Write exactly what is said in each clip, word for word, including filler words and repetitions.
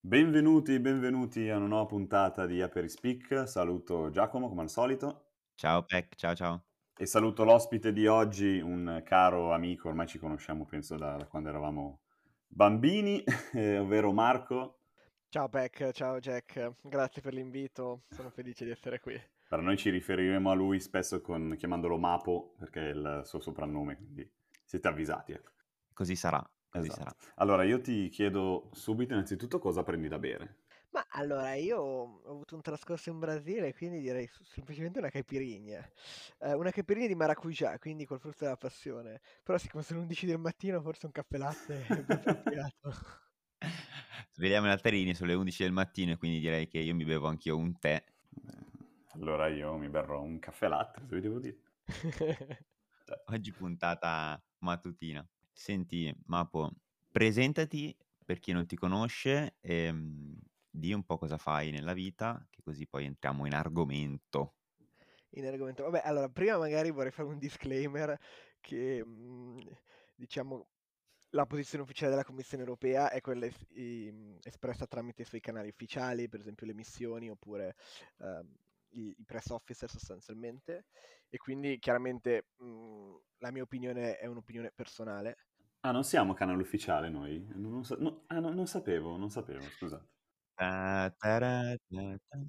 Benvenuti, benvenuti a una nuova puntata di Aperispeak. Saluto Giacomo come al solito Ciao Pec, ciao, ciao. e saluto l'ospite di oggi, un caro amico, ormai ci conosciamo penso da, da quando eravamo bambini, eh, ovvero Marco. Ciao Peck, ciao Jack, grazie per l'invito, sono felice di essere qui. Per noi ci riferiremo a lui spesso con, chiamandolo Mapo, perché è il suo soprannome, quindi siete avvisati, ecco. Così sarà, così sarà. Esatto. Allora, io ti chiedo subito innanzitutto cosa prendi da bere. Ma allora, io ho avuto un trascorso in Brasile, quindi direi s- semplicemente una caipirinha. Eh, una caipirinha di maracujá, quindi col frutto della passione. Però siccome sono undici del mattino, forse un caffè latte è più appropriato. Svegliamo i Altarini, sono le undici del mattino e quindi direi che io mi bevo anch'io un tè. Eh, Allora io mi berrò un caffè latte, se vi devo dire. Cioè, Oggi puntata mattutina. Senti, Mapo, presentati per chi non ti conosce e mm, di un po' cosa fai nella vita, che così poi entriamo in argomento. In argomento. Vabbè, allora, prima magari vorrei fare un disclaimer che, mh, diciamo, la posizione ufficiale della Commissione europea è quella es- i- espressa tramite i suoi canali ufficiali, per esempio le missioni oppure ehm, i, i press officer sostanzialmente, e quindi chiaramente mh, la mia opinione è un'opinione personale. Ah, non siamo canale ufficiale noi? Non, non sa- no- ah, no, non sapevo, non sapevo, scusate. Ta tara ta ta.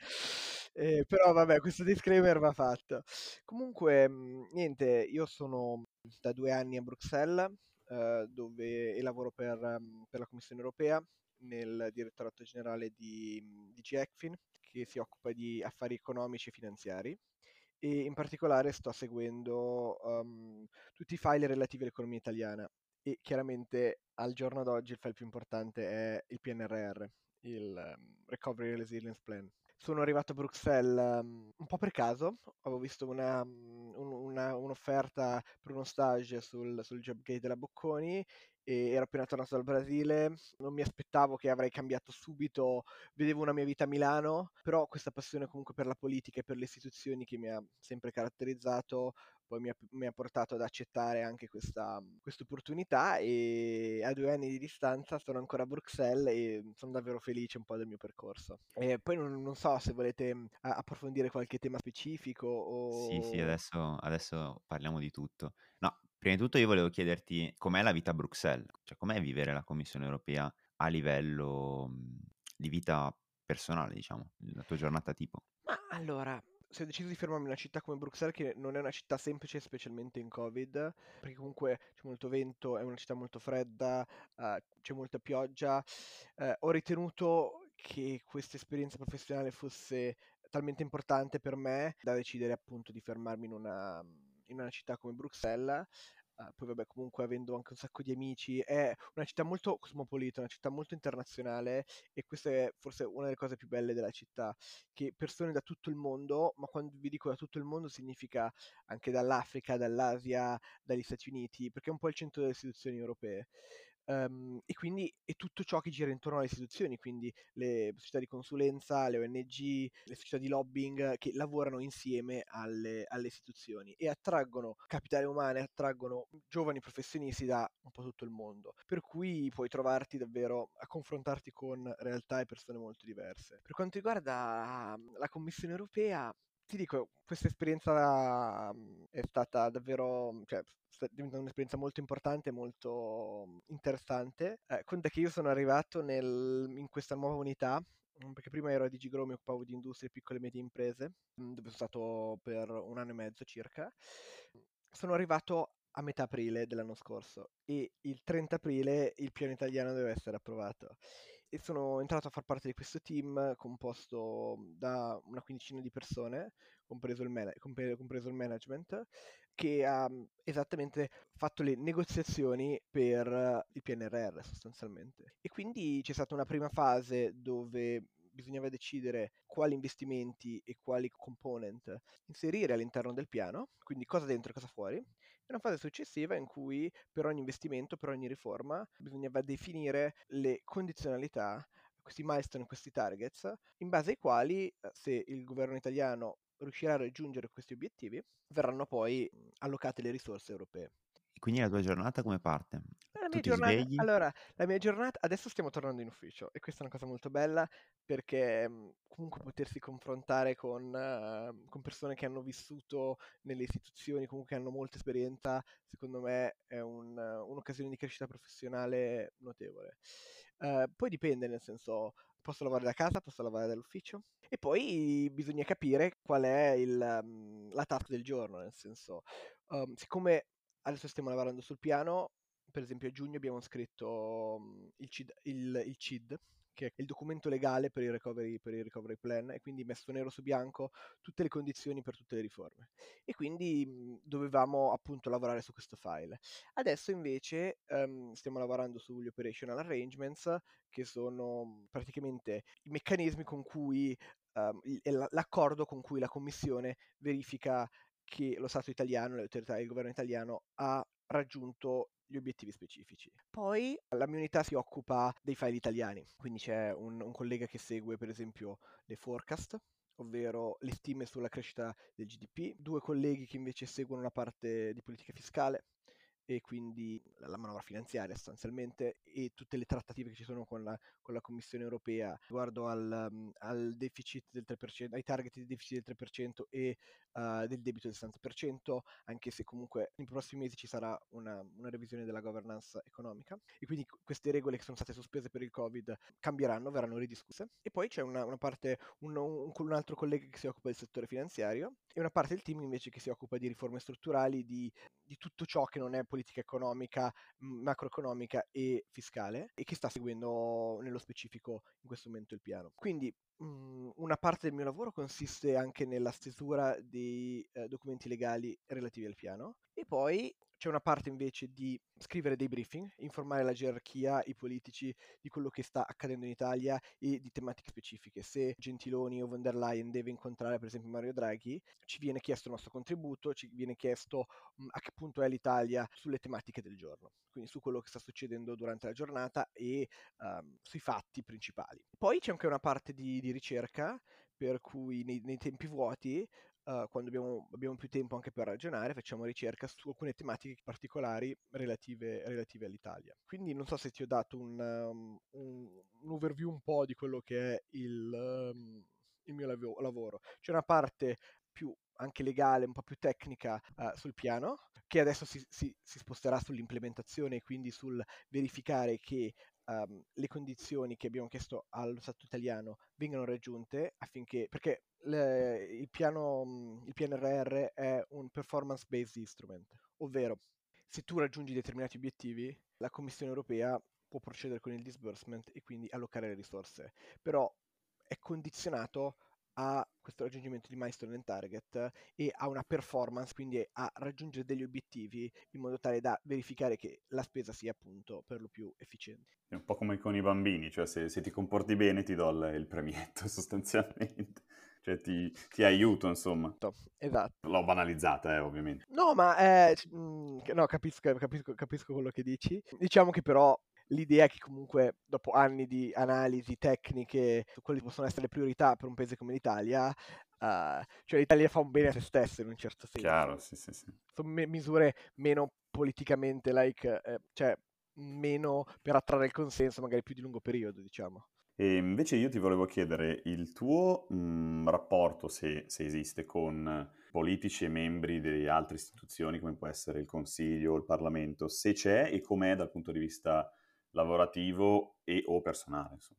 Eh, però vabbè, questo disclaimer va fatto. Comunque, mh, niente, io sono da due anni a Bruxelles, eh, dove e lavoro per, ehm, per la Commissione europea nel direttorato generale di, di G ECFIN, che si occupa di affari economici e finanziari. E in particolare sto seguendo ehm, tutti i file relativi all'economia italiana. E chiaramente al giorno d'oggi il file più importante è il P N R R, il ehm, Recovery and Resilience Plan. Sono arrivato a Bruxelles um, un po' per caso, avevo visto una, um, un- una- un'offerta per uno stage sul, sul Jobgate della Bocconi e ero appena tornato dal Brasile, non mi aspettavo che avrei cambiato subito, vedevo una mia vita a Milano, però questa passione comunque per la politica e per le istituzioni che mi ha sempre caratterizzato poi mi ha, mi ha portato ad accettare anche questa opportunità e a due anni di distanza sono ancora a Bruxelles e sono davvero felice un po' del mio percorso. E poi non, non so se volete mh, a- approfondire qualche tema specifico Sì, sì, o... adesso, adesso parliamo di tutto. No, prima di tutto io volevo chiederti com'è la vita a Bruxelles, cioè com'è vivere la Commissione europea a livello mh, di vita personale, diciamo, la tua giornata tipo. Ma allora, se ho deciso di fermarmi in una città come Bruxelles, che non è una città semplice, specialmente in Covid, perché comunque c'è molto vento, è una città molto fredda, eh, c'è molta pioggia, eh, ho ritenuto che questa esperienza professionale fosse talmente importante per me da decidere appunto di fermarmi in una, in una città come Bruxelles. Eh, poi vabbè, comunque avendo anche un sacco di amici, è una città molto cosmopolita, una città molto internazionale e questa è forse una delle cose più belle della città che persone da tutto il mondo, ma quando vi dico da tutto il mondo significa anche dall'Africa, dall'Asia, dagli Stati Uniti, perché è un po' il centro delle istituzioni europee. Ehm, e quindi è tutto ciò che gira intorno alle istituzioni, quindi le società di consulenza, le O N G, le società di lobbying che lavorano insieme alle, alle istituzioni e attraggono capitale umano, attraggono giovani professionisti da un po' tutto il mondo. Per cui puoi trovarti davvero a confrontarti con realtà e persone molto diverse. Per quanto riguarda mm, la Commissione europea, ti dico, questa esperienza mm, è stata davvero, cioè, sta diventando un'esperienza molto importante, molto mm, interessante. Eh, conta che io sono arrivato nel- in questa nuova unità, mm, perché prima ero a D G Grow, mi occupavo di industrie, piccole e medie imprese, mm, dove sono stato per un anno e mezzo circa. Sono arrivato a metà aprile dell'anno scorso e il trenta aprile il piano italiano deve essere approvato. E sono entrato a far parte di questo team composto da una quindicina di persone, compreso il, mana- compre- compreso il management, che ha mm, esattamente fatto le negoziazioni per eh, il P N R R sostanzialmente. E quindi c'è stata una prima fase dove bisognava decidere quali investimenti e quali component inserire all'interno del piano, quindi cosa dentro e cosa fuori, e una fase successiva in cui per ogni investimento, per ogni riforma, bisognava definire le condizionalità, questi milestone, questi targets, in base ai quali, eh, se il governo italiano riuscirà a raggiungere questi obiettivi, verranno poi mh, allocate le risorse europee. Quindi la tua giornata come parte? La Tu mia ti giornata, svegli? allora, la mia giornata, adesso stiamo tornando in ufficio e questa è una cosa molto bella perché mh, comunque potersi confrontare con, eh, con persone che hanno vissuto nelle istituzioni, comunque hanno molta esperienza, secondo me è un- un'occasione di crescita professionale notevole. Eh, poi dipende, nel senso, posso lavorare da casa, posso lavorare dall'ufficio e poi bisogna capire qual è il, um, la task del giorno, nel senso, um, siccome adesso stiamo lavorando sul piano, per esempio a giugno abbiamo scritto mm, il C I D, il, il C I D, che è il documento legale per il recovery, per il recovery plan, e quindi messo nero su bianco tutte le condizioni per tutte le riforme. E quindi mh, dovevamo appunto lavorare su questo file. Adesso invece ehm, stiamo lavorando sugli operational arrangements, che sono mh, praticamente i meccanismi con cui ehm, il- l- l'accordo con cui la Commissione verifica che lo Stato italiano, le autorità del governo italiano ha raggiunto gli obiettivi specifici. Poi la mia unità si occupa dei file italiani, quindi c'è un, un collega che segue per esempio le forecast, ovvero le stime sulla crescita del G D P, due colleghi che invece seguono la parte di politica fiscale e quindi la la manovra finanziaria sostanzialmente e tutte le trattative che ci sono con la, con la Commissione europea riguardo al, um, al deficit del tre per cento, ai target di deficit del tre per cento e uh, del debito del sessanta per cento, anche se comunque nei prossimi mesi ci sarà una, una revisione della governance economica e quindi queste regole che sono state sospese per il Covid cambieranno, verranno ridiscusse. E poi c'è una, una parte, un, un, un altro collega che si occupa del settore finanziario e una parte del team invece che si occupa di riforme strutturali, di, di tutto ciò che non è politica economica, macroeconomica e fiscale e che sta seguendo nello specifico in questo momento il piano. Quindi mh, una parte del mio lavoro consiste anche nella stesura dei eh, documenti legali relativi al piano e poi c'è una parte invece di scrivere dei briefing, informare la gerarchia, i politici di quello che sta accadendo in Italia e di tematiche specifiche. Se Gentiloni o von der Leyen deve incontrare per esempio Mario Draghi, ci viene chiesto il nostro contributo, ci viene chiesto mh, a che punto è l'Italia sulle tematiche del giorno, quindi su quello che sta succedendo durante la giornata e um, sui fatti principali. Poi c'è anche una parte di, di ricerca, per cui nei, nei tempi vuoti, uh, quando abbiamo, abbiamo più tempo anche per ragionare, facciamo ricerca su alcune tematiche particolari relative, relative all'Italia. Quindi non so se ti ho dato un, um, un, un overview un po' di quello che è il, um, il mio lav- lavoro. C'è una parte più anche legale, un po' più tecnica uh, sul piano, che adesso si, si, si sposterà sull'implementazione e quindi sul verificare che um, le condizioni che abbiamo chiesto allo Stato italiano vengano raggiunte affinché, perché le, il, piano, il P N R R è un performance-based instrument, ovvero se tu raggiungi determinati obiettivi, la Commissione europea può procedere con il disbursement e quindi allocare le risorse, però è condizionato a questo raggiungimento di milestone and target e a una performance, quindi a raggiungere degli obiettivi in modo tale da verificare che la spesa sia appunto per lo più efficiente. È un po' come con i bambini, cioè se, se ti comporti bene ti do il, il premietto sostanzialmente, cioè ti, ti aiuto insomma. Esatto. L'ho banalizzata, eh, ovviamente. No, ma eh, c- mh, no, capisco, capisco, capisco quello che dici. Diciamo che però l'idea è che comunque dopo anni di analisi tecniche su quelle che possono essere le priorità per un paese come l'Italia, eh, cioè l'Italia fa un bene a se stessa in un certo senso. Chiaro, sì, sì, sì. Sono me- misure meno politicamente, like, eh, cioè meno per attrarre il consenso, magari più di lungo periodo, diciamo. E invece io ti volevo chiedere il tuo mh, rapporto, se, se esiste, con politici e membri di altre istituzioni, come può essere il Consiglio o il Parlamento, se c'è e com'è dal punto di vista lavorativo e o personale, insomma.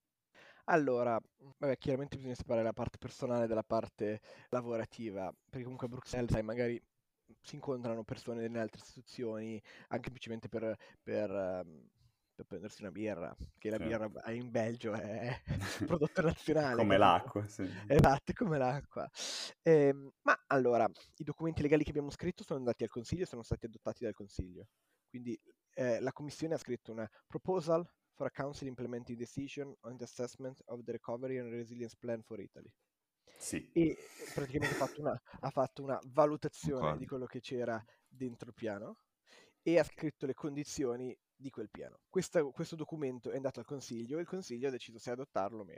Allora, vabbè, chiaramente bisogna separare la parte personale dalla parte lavorativa, perché comunque a Bruxelles, sai, magari si incontrano persone nelle altre istituzioni, anche semplicemente per, per, ehm, per prendersi una birra, che la birra Certo. in Belgio è prodotto nazionale, Come capito? l'acqua, sì. Esatto, è come l'acqua. Ehm, ma allora, i documenti legali che abbiamo scritto sono andati al Consiglio e sono stati adottati dal Consiglio. Quindi eh, la Commissione ha scritto una proposal for a Council implementing decision on the assessment of the recovery and resilience plan for Italy. Sì. E praticamente ha fatto una, ha fatto una valutazione Concordo. di quello che c'era dentro il piano e ha scritto le condizioni di quel piano. Questa- questo documento è andato al Consiglio e il Consiglio ha deciso se adottarlo o meno.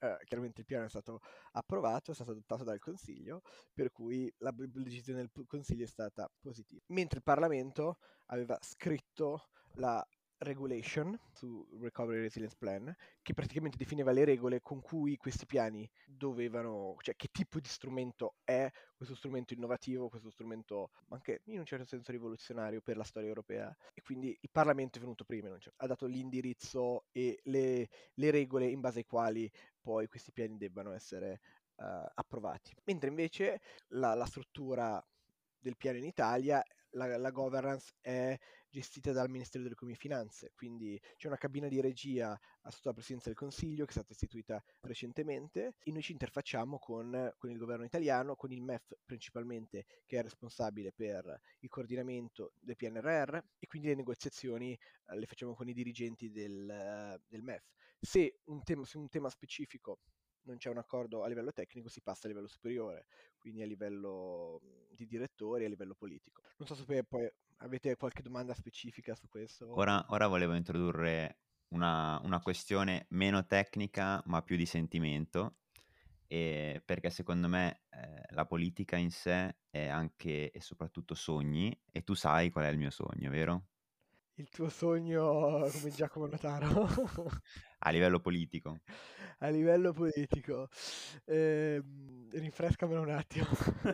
eh, chiaramente il piano è stato approvato, è stato adottato dal Consiglio, per cui la b- decisione del p- Consiglio è stata positiva. Mentre il Parlamento aveva scritto la regulation su Recovery Resilience Plan, che praticamente definiva le regole con cui questi piani dovevano, cioè che tipo di strumento è questo strumento innovativo, questo strumento anche in un certo senso rivoluzionario per la storia europea. E quindi il Parlamento è venuto prima, non c'è- ha dato l'indirizzo e le, le regole in base ai quali poi questi piani debbano essere eh, approvati. Mentre invece la, la struttura del piano in Italia, la, la governance è gestita dal Ministero dell'Economia e Finanze, quindi c'è una cabina di regia sotto la Presidenza del Consiglio che è stata istituita recentemente e noi ci interfacciamo con, con il governo italiano, con il M E F principalmente, che è responsabile per il coordinamento del P N R R, e quindi le negoziazioni eh, le facciamo con i dirigenti del, eh, del M E F. Se un tema, su un tema specifico non c'è un accordo a livello tecnico, si passa a livello superiore, quindi a livello mh, di direttori, a livello politico. Non so se poi, poi avete qualche domanda specifica su questo. Ora, ora volevo introdurre una, una questione meno tecnica, ma più di sentimento, e perché secondo me eh, la politica in sé è anche e soprattutto sogni, e tu sai qual è il mio sogno, vero? Il tuo sogno come Giacomo Nataro A livello politico. a livello politico. Ehm, rinfrescamelo un attimo.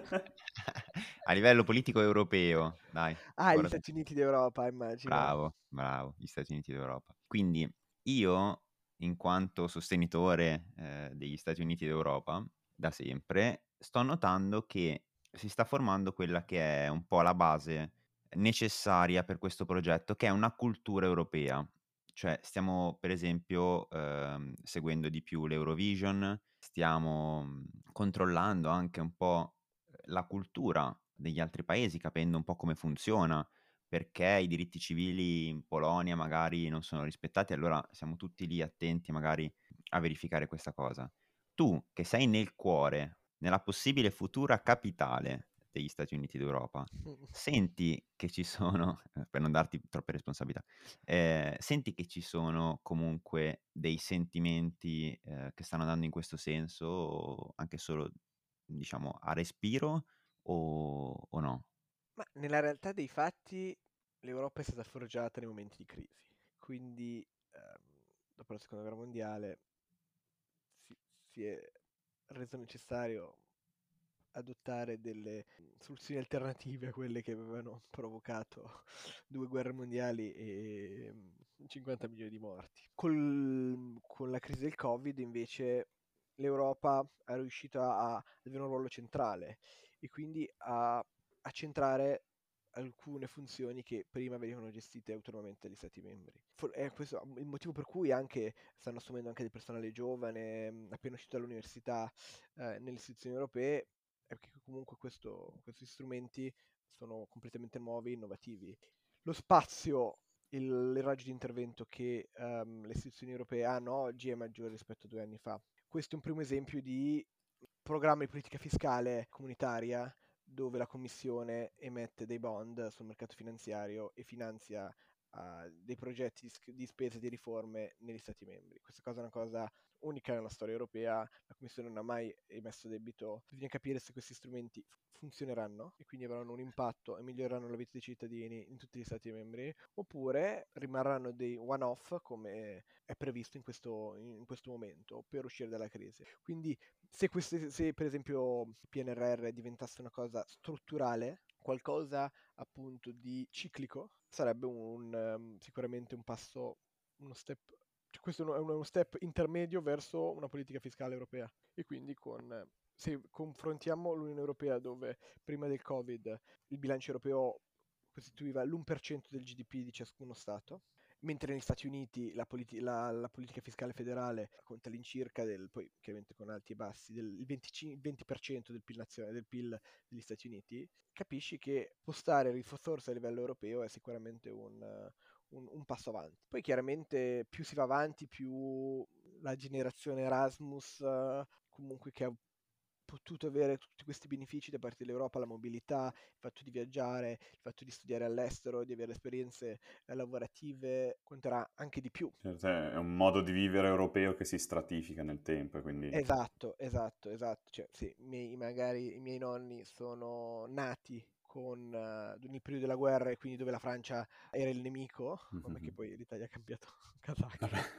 A livello politico europeo, dai. Ah, gli Guarda, Stati Uniti d'Europa, immagino. bravo, bravo, gli Stati Uniti d'Europa. Quindi io, in quanto sostenitore eh, degli Stati Uniti d'Europa, da sempre, sto notando che si sta formando quella che è un po' la base necessaria per questo progetto, che è una cultura europea. Cioè, stiamo per esempio ehm, seguendo di più l'Eurovision, stiamo mh, controllando anche un po' la cultura degli altri paesi, capendo un po' come funziona, perché i diritti civili in Polonia magari non sono rispettati, allora siamo tutti lì attenti magari a verificare questa cosa. Tu, che sei nel cuore, nella possibile futura capitale degli Stati Uniti d'Europa, senti che ci sono, per non darti troppe responsabilità, eh, senti che ci sono comunque dei sentimenti eh, che stanno andando in questo senso, anche solo, diciamo, a respiro o, o no? Ma nella realtà dei fatti l'Europa è stata forgiata nei momenti di crisi, quindi ehm, dopo la seconda guerra mondiale si, si è reso necessario adottare delle soluzioni alternative a quelle che avevano provocato due guerre mondiali e mm, cinquanta milioni di morti. Col- con la crisi del Covid invece l'Europa è riuscita a avere un ruolo centrale e quindi a, a centrare alcune funzioni che prima venivano gestite autonomamente dagli Stati membri. For- è questo il motivo per cui anche stanno assumendo anche del personale giovane, mh, appena uscito dall'università, eh, nelle istituzioni europee, è perché comunque questo- questi strumenti sono completamente nuovi e innovativi. Lo spazio, il, il raggio di intervento che ehm, le istituzioni europee hanno oggi è maggiore rispetto a due anni fa. Questo è un primo esempio di programma di politica fiscale comunitaria dove la Commissione emette dei bond sul mercato finanziario e finanzia uh, dei progetti di, sc- di spese e di riforme negli Stati membri. Questa cosa è una cosa unica nella storia europea, la Commissione non ha mai emesso debito, bisogna capire se questi strumenti f- funzioneranno e quindi avranno un impatto e miglioreranno la vita dei cittadini in tutti gli Stati membri, oppure rimarranno dei one-off come è previsto in questo, in questo momento per uscire dalla crisi. Quindi se, queste, se per esempio il P N R R diventasse una cosa strutturale, qualcosa appunto di ciclico, sarebbe un, um, sicuramente un passo, uno step, cioè questo è uno, è uno step intermedio verso una politica fiscale europea. E quindi con, se confrontiamo l'Unione Europea dove prima del Covid il bilancio europeo costituiva l'uno per cento del G D P di ciascuno Stato, mentre negli Stati Uniti la, politi- la- la politica fiscale federale conta all'incirca del, poi chiaramente con alti e bassi, del venticinque il venti per cento del P I L, nazio- del P I L degli Stati Uniti, capisci che spostare risorse a livello europeo è sicuramente un, un- un passo avanti. Poi chiaramente più si va avanti, più la generazione Erasmus, eh, comunque che ha potuto avere tutti questi benefici da parte dell'Europa, la mobilità, il fatto di viaggiare, il fatto di studiare all'estero, di avere esperienze eh, lavorative, conterà anche di più. Cioè, è un modo di vivere europeo che si stratifica nel tempo, e quindi Esatto, esatto, esatto. Cioè, sì, i miei- magari i miei nonni sono nati con, eh, nel periodo della guerra e quindi dove la Francia era il nemico, vabbè che Mhm. poi l'Italia ha cambiato casacche. Vabbè.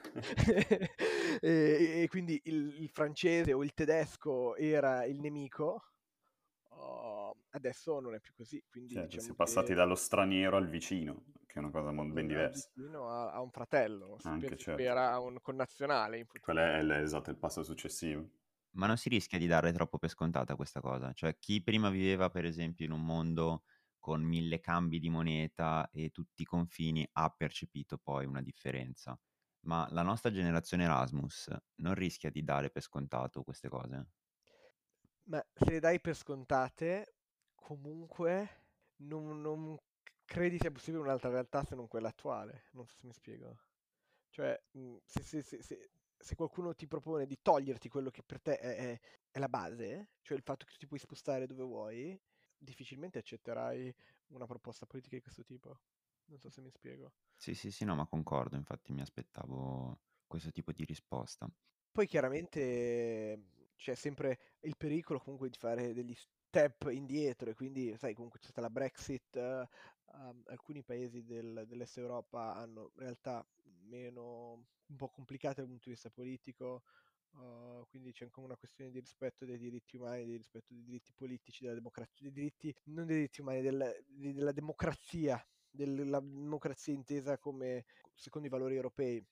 E, e quindi il, il francese o il tedesco era il nemico, oh, adesso non è più così, quindi Certo, si diciamo è passati che dallo straniero al vicino, che è una cosa mo- ben al, al diversa. vicino ha, ha un fratello, si Anche, spera, si certo. spera a un connazionale in Quello futuro. è, il- esatto, il passo successivo. Ma non si rischia di dare troppo per scontata questa cosa? Cioè, chi prima viveva, per esempio, in un mondo con mille cambi di moneta e tutti i confini ha percepito poi una differenza. Ma la nostra generazione Erasmus non rischia di dare per scontato queste cose? Ma se le dai per scontate, comunque non, non credi sia possibile un'altra realtà se non quella attuale. Non so se mi spiego. Cioè, mh, se, se- se- se- se qualcuno ti propone di toglierti quello che per te è, è- è la base, cioè il fatto che tu ti puoi spostare dove vuoi, difficilmente accetterai una proposta politica di questo tipo. Non so se mi spiego. Sì, sì, sì, no, ma concordo, infatti mi aspettavo questo tipo di risposta. Poi chiaramente mhmm, c'è sempre il pericolo comunque di fare degli step indietro e quindi, sai, comunque c'è stata la Brexit, eh, um, alcuni paesi del- dell'Est Europa hanno realtà meno, un po' complicate dal punto di vista politico, uh, quindi c'è anche una questione di rispetto dei diritti umani, di rispetto dei diritti politici, della democrazia, dei diritti, non dei diritti umani, del- di- della democrazia, della democrazia intesa come secondo i valori europei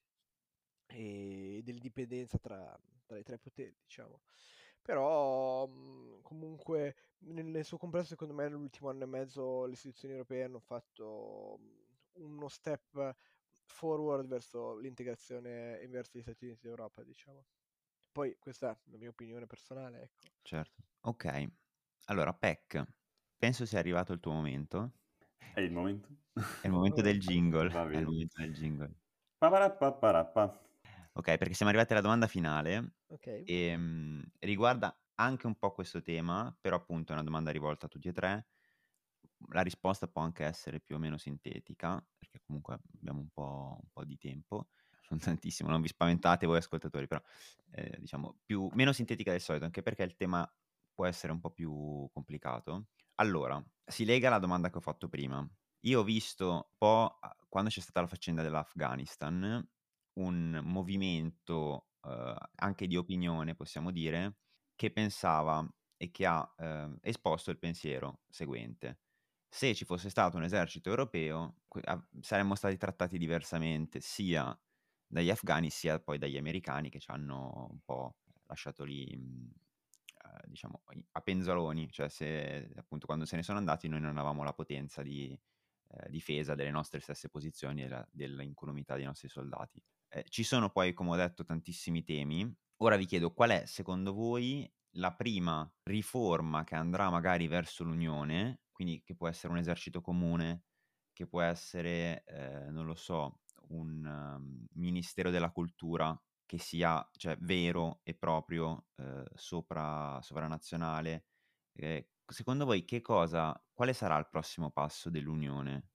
e dell'indipendenza tra, tra i tre poteri, diciamo. Però mh, comunque nel, nel suo complesso, secondo me, nell'ultimo anno e mezzo le istituzioni europee hanno fatto mh, uno step forward verso l'integrazione e verso gli Stati Uniti d'Europa, diciamo. Poi questa è la mia opinione personale, ecco. Certo. Ok, allora, Peck, penso sia arrivato il tuo momento. È il momento? È il momento del Momento. jingle. Va È il bene. momento del jingle. Paparappaparappa. Ok, perché siamo arrivati alla domanda finale Ok. e mh, riguarda anche un po' questo tema, però appunto è una domanda rivolta a tutti e tre. La risposta può anche essere più o meno sintetica, perché comunque abbiamo un po', un po' di tempo. Sono tantissimo, non vi spaventate voi ascoltatori, però eh, diciamo più, meno sintetica del solito, anche perché il tema può essere un po' più complicato. Allora, si lega alla domanda che ho fatto prima. Io ho visto un po', ah, quando c'è stata la faccenda dell'Afghanistan, un movimento eh, anche di opinione, possiamo dire, che pensava e che ha eh, esposto il pensiero seguente. Se ci fosse stato un esercito europeo, que- av- saremmo stati trattati diversamente sia dagli afghani sia poi dagli americani che ci hanno un po' lasciato lì, mh, eh, diciamo, i- a penzoloni, cioè se appunto quando se ne sono andati noi non avevamo la potenza di eh, difesa delle nostre stesse posizioni e la- dell'incolumità dei nostri soldati. Eh, ci sono poi, come ho detto, tantissimi temi. Ora vi chiedo qual è, secondo voi, la prima riforma che andrà magari verso l'Unione, quindi che può essere un esercito comune, che può essere, eh, non lo so, un um, Ministero della Cultura che sia, cioè, vero e proprio, eh, sopra, sovranazionale. Eh, secondo voi che cosa, quale sarà il prossimo passo dell'Unione?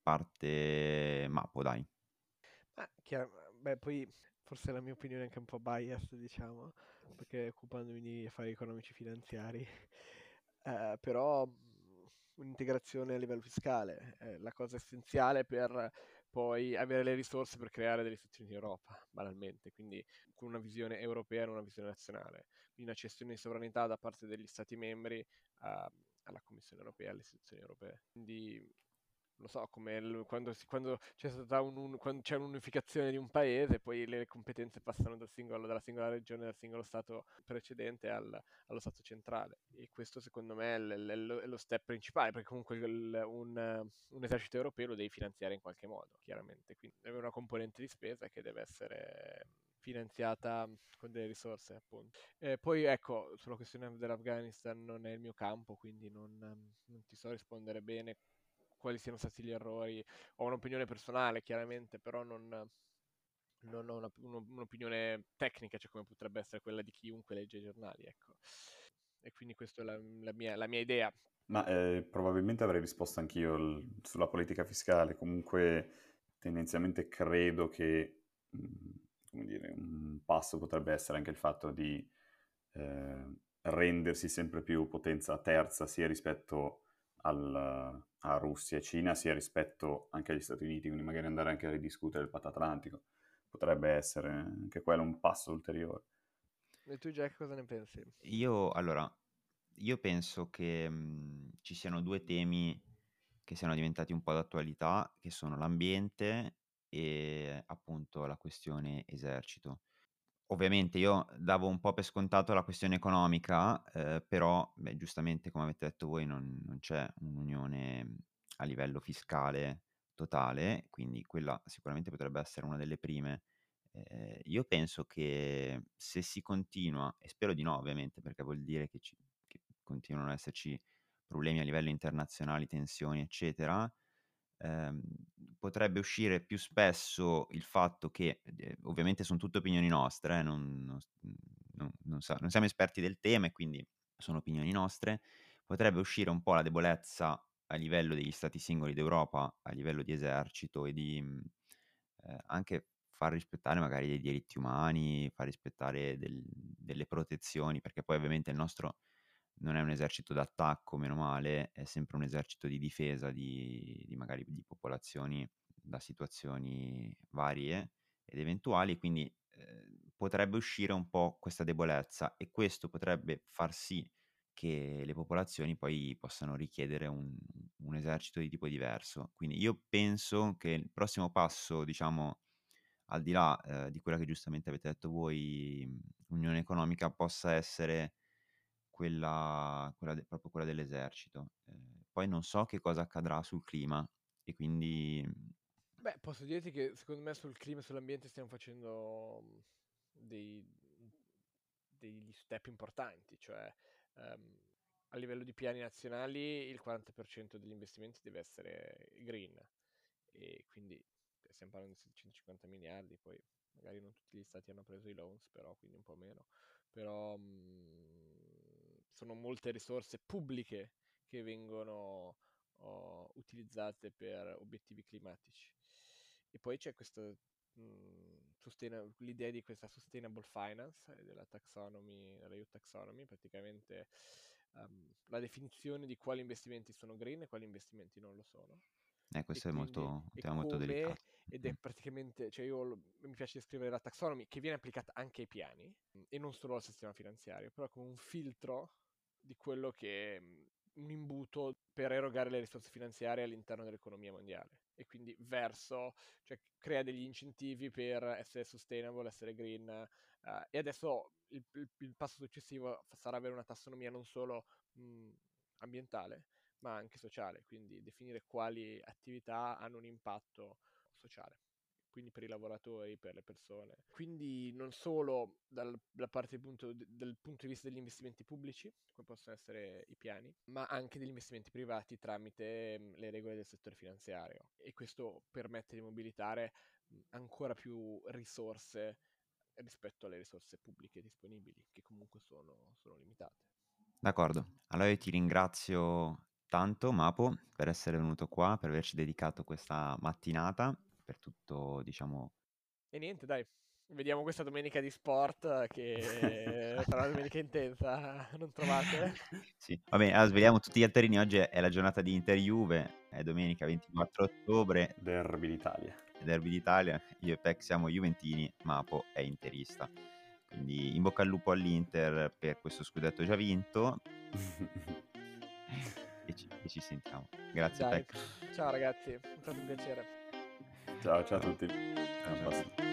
Parte Mappo, dai. Ma chiaro- beh, poi forse la mia opinione è anche un po' biased, diciamo, perché occupandomi di affari economici finanziari, eh, però mh, un'integrazione a livello fiscale è la cosa essenziale per poi avere le risorse per creare delle istituzioni in Europa, banalmente, quindi con una visione europea e non una visione nazionale, quindi una cessione di sovranità da parte degli Stati membri a- alla Commissione europea, alle istituzioni europee. Quindi non so, come il- quando, si- quando c'è stata un- un- quando c'è un'unificazione di un paese, poi le competenze passano dal singolo- dalla singola regione, dal singolo Stato precedente al- allo Stato centrale. E questo secondo me è, l- l- lo, è lo step principale, perché comunque il- un, eh, un esercito europeo lo devi finanziare in qualche modo, chiaramente. Quindi deve avere una componente di spesa che deve essere finanziata con delle risorse, appunto. Eh, poi ecco, sulla questione dell'Afghanistan non è il mio campo, quindi non, ehm, non ti so rispondere bene quali siano stati gli errori. Ho un'opinione personale, chiaramente, però non, non ho una- uno- un'opinione tecnica, cioè come potrebbe essere quella di chiunque legge i giornali, ecco. e quindi questa è la, la mia, la mia idea. Ma eh, probabilmente avrei risposto anch'io l- sulla politica fiscale. Comunque, tendenzialmente credo che, mh, come dire, un passo potrebbe essere anche il fatto di eh, rendersi sempre più potenza terza, sia rispetto al- a Russia e Cina, sia rispetto anche agli Stati Uniti, quindi magari andare anche a ridiscutere il patto atlantico. Potrebbe essere anche quello un passo ulteriore. E tu, Jack, cosa ne pensi? Io, allora, io penso che mh, ci siano due temi che siano diventati un po' d'attualità, che sono l'ambiente e appunto la questione esercito. Ovviamente io davo un po' per scontato la questione economica, eh, però beh, giustamente come avete detto voi non, non c'è un'unione mh, a livello fiscale totale, quindi quella sicuramente potrebbe essere una delle prime. Eh, io penso che se si continua, e spero di no ovviamente, perché vuol dire che, ci, che continuano ad esserci problemi a livello internazionale, tensioni, eccetera, ehm, potrebbe uscire più spesso il fatto che, eh, ovviamente sono tutte opinioni nostre, eh, non, non- non- non sa- non siamo esperti del tema e quindi sono opinioni nostre, potrebbe uscire un po' la debolezza a livello degli stati singoli d'Europa, a livello di esercito e di mh, eh, anche far rispettare magari dei diritti umani, far rispettare del- delle protezioni, perché poi ovviamente il nostro non è un esercito d'attacco, meno male, è sempre un esercito di difesa di, di magari di popolazioni da situazioni varie ed eventuali, quindi eh, potrebbe uscire un po' questa debolezza e questo potrebbe far sì che le popolazioni poi possano richiedere un, un esercito di tipo diverso. Quindi io penso che il prossimo passo, diciamo, al di là eh, di quella che giustamente avete detto voi, mh, unione economica, possa essere quella, quella de- proprio quella dell'esercito. Eh, poi non so che cosa accadrà sul clima e quindi mh, Beh, posso dirti che secondo me sul clima e sull'ambiente stiamo facendo mm, dei, degli step importanti, cioè ehm, a livello di piani nazionali il quaranta per cento degli investimenti deve essere green e quindi stiamo parlando di settecentocinquanta miliardi, poi magari non tutti gli stati hanno preso i loans, però quindi un po' meno, però mh, sono molte risorse pubbliche che vengono oh, utilizzate per obiettivi climatici. E poi c'è questa, mh, sustain- l'idea di questa sustainable finance, e della taxonomy, della E U taxonomy, praticamente ehm, la definizione di quali investimenti sono green e quali investimenti non lo sono. eh, E questo è molto, quindi un e tema molto come, delicato. ed Mm. è praticamente, cioè io lo- mi piace descrivere la taxonomy che viene applicata anche ai piani mh, e non solo al sistema finanziario, però come un filtro di quello che è mh, un imbuto per erogare le risorse finanziarie all'interno dell'economia mondiale e quindi verso, cioè crea degli incentivi per essere sustainable, essere green eh, e adesso il, il- il passo successivo sarà avere una tassonomia non solo mh, ambientale ma anche sociale, quindi definire quali attività hanno un impatto sociale, quindi per i lavoratori, per le persone. Quindi non solo dal- dalla parte del punto, del punto di vista degli investimenti pubblici, come possono essere i piani, ma anche degli investimenti privati tramite mh, le regole del settore finanziario. E questo permette di mobilitare mh, ancora più risorse rispetto alle risorse pubbliche disponibili, che comunque sono, sono limitate. D'accordo. Allora io ti ringrazio tanto, Mapo, per essere venuto qua, per averci dedicato questa mattinata, per tutto, diciamo, E niente, dai, vediamo questa domenica di sport eh, che sarà una domenica intensa, non trovate? sì. Va bene, allora svegliamo tutti gli alterini. Oggi è la giornata di Inter-Juve, è domenica ventiquattro ottobre, Derby d'Italia. Derby d'Italia. Io e Pec siamo juventini, Mapo è interista. Quindi in bocca al lupo all'Inter per questo scudetto già vinto e ci, e ci sentiamo. Grazie Dai, Pec. ciao ragazzi, è stato un piacere. Ciao, ciao a Ciao. tutti. Ciao, Alla ciao. prossima.